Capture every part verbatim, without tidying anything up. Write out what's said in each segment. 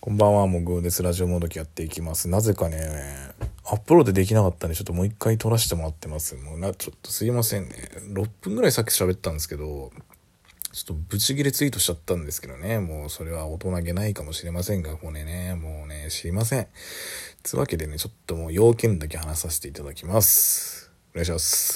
こんばんは、もぐおです。ラジオもどきやっていきます。なぜかね、アップロードできなかったんで、ちょっともう一回撮らせてもらってます。もうな、ちょっとすいませんね。ろっぷんぐらいさっき喋ったんですけど、ちょっとブチギレツイートしちゃったんですけどね、もうそれは大人げないかもしれませんが、これね、もうね、知りません。つうわけでね、ちょっともう要件だけ話させていただきます。お願いします。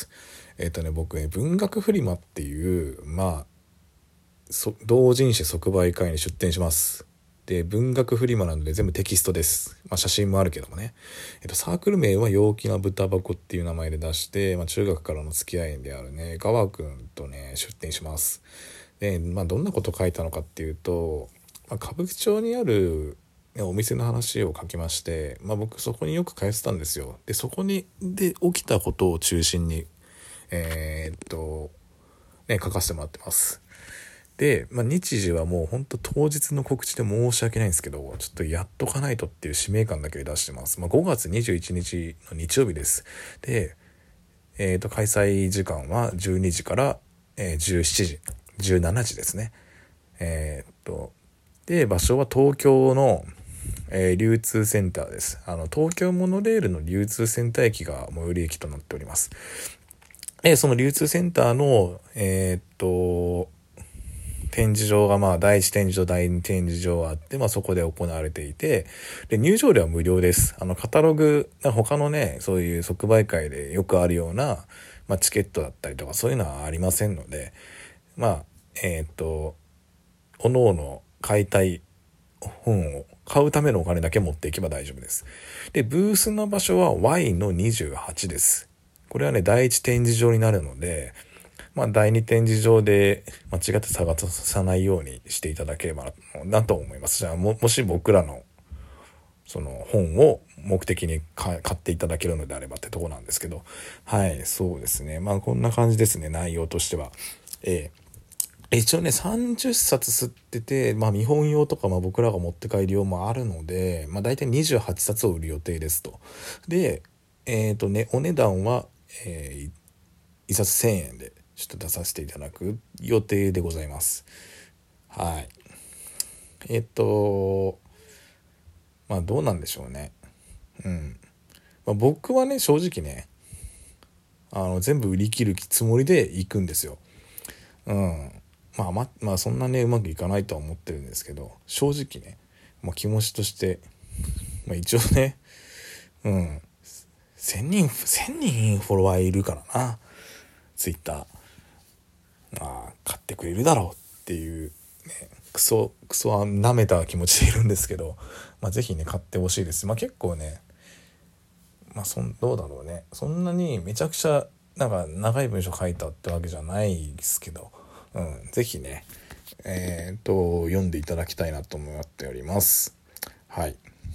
えっ、ー、とね、僕ね、文学フリマっていう、まあ、同人誌即売会に出展します。で、文学フリマなので全部テキストです。まあ写真もあるけどもね。えっと、サークル名は陽気な豚箱っていう名前で出して、まあ中学からの付き合いであるね、川くんとね、出展します。で、まあどんなこと書いたのかっていうと、まあ、歌舞伎町にあるお店の話を書きまして、まあ僕そこによく通ってたんですよ。で、そこに、で起きたことを中心に、えー、っと、ね、書かせてもらってます。で、まあ、日時はもうほんと当日の告知で申し訳ないんですけど、ちょっとやっとかないとっていう使命感だけで出してます。まあ、ごがつにじゅういちにちの日曜日です。で、えっと、開催時間はじゅうにじから、えー、じゅうしちじ、じゅうしちじですね。えー、っと、で、場所は東京の、えー、流通センターです。あの、東京モノレールの流通センター駅が最寄り駅となっております。で、その流通センターの、えー、っと、展示場がまあ第一展示場、第二展示場あって、まあそこで行われていて、で、入場料は無料です。あの、カタログ、他のね、そういう即売会でよくあるような、まあチケットだったりとかそういうのはありませんので、まあ、えっと、おのおの買いたい本を買うためのお金だけ持っていけば大丈夫です。で、ブースの場所は ワイ のにじゅうはちです。これはね、第一展示場になるので、まあ、第二展示場で間違って探さないようにしていただければなと思います。じゃあも、もし僕らのその本を目的に買っていただけるのであればってとこなんですけど、はい、そうですね。まあこんな感じですね、内容としては。えー、一応ね、さんじゅっさつ吸ってて、まあ見本用とか、まあ僕らが持って帰る用もあるので、まあ大体にじゅうはちさつを売る予定ですと。で、えっとね、お値段は、えー、一冊せんえんで、ちょっと出させていただく予定でございます。はい。えっと、まあどうなんでしょうね。うん。まあ、僕はね、正直ね、あの、全部売り切るつもりで行くんですよ。うん。まあま、まあそんなね、うまくいかないとは思ってるんですけど、正直ね、まあ気持ちとして、まあ一応ね、うん。千人、千人フォロワーいるからな。ツイッター。まあ、買ってくれるだろうっていう、ね、クソ、クソは舐めた気持ちでいるんですけど、まあ、ぜひね、買ってほしいです。まあ、結構ね、まあ、そん、どうだろうね。そんなにめちゃくちゃ、なんか、長い文章書いたってわけじゃないですけど、うん、ぜひね、えー、っと、読んでいただきたいなと思っております。はい。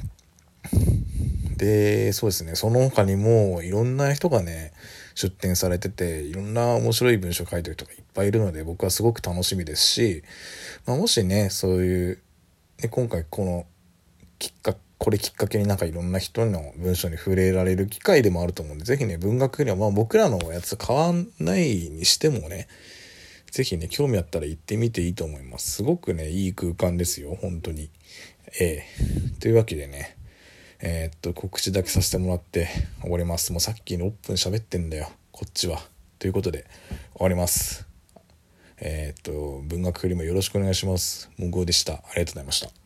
で、そうですね、その他にも、いろんな人がね、出展されてて、いろんな面白い文章を書いてる人がいっぱいいるので、僕はすごく楽しみですし、まあ、もしね、そういう、ね、今回このきっかこれきっかけになんかいろんな人の文章に触れられる機会でもあると思うんで、ぜひね、文学よりは、まあ僕らのやつ変わんないにしてもね、ぜひね、興味あったら行ってみていいと思います。すごくね、いい空間ですよ、本当に。ええというわけでね、えー、っと、告知だけさせてもらって終わります。もうさっきろっぷん喋ってんだよ、こっちは。ということで、終わります。えー、っと、文学よりもよろしくお願いします。もぐおでした。ありがとうございました。